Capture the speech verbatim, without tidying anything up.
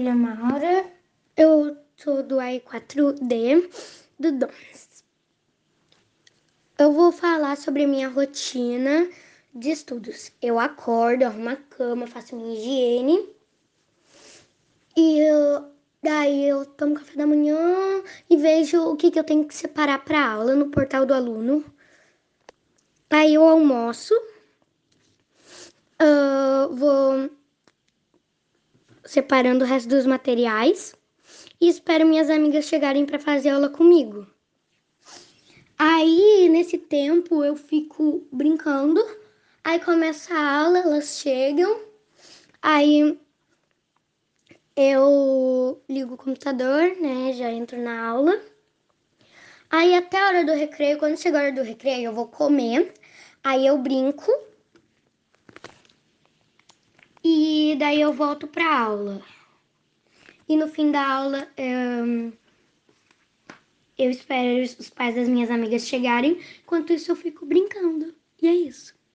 Marília Maura, eu sou do A I quatro D do Doms. Eu vou falar sobre a minha rotina de estudos. Eu acordo, arrumo a cama, faço minha higiene e eu, daí eu tomo café da manhã e vejo o que, que eu tenho que separar para aula no portal do aluno. Aí eu almoço, uh, vou separando o resto dos materiais e espero minhas amigas chegarem para fazer aula comigo. Aí, nesse tempo, eu fico brincando, aí começa a aula, elas chegam, aí eu ligo o computador, né, já entro na aula. Aí até a hora do recreio, quando chega a hora do recreio, eu vou comer, aí eu brinco e daí eu volto pra aula. E no fim da aula, eu, eu espero os pais das minhas amigas chegarem, enquanto isso eu fico brincando. E é isso.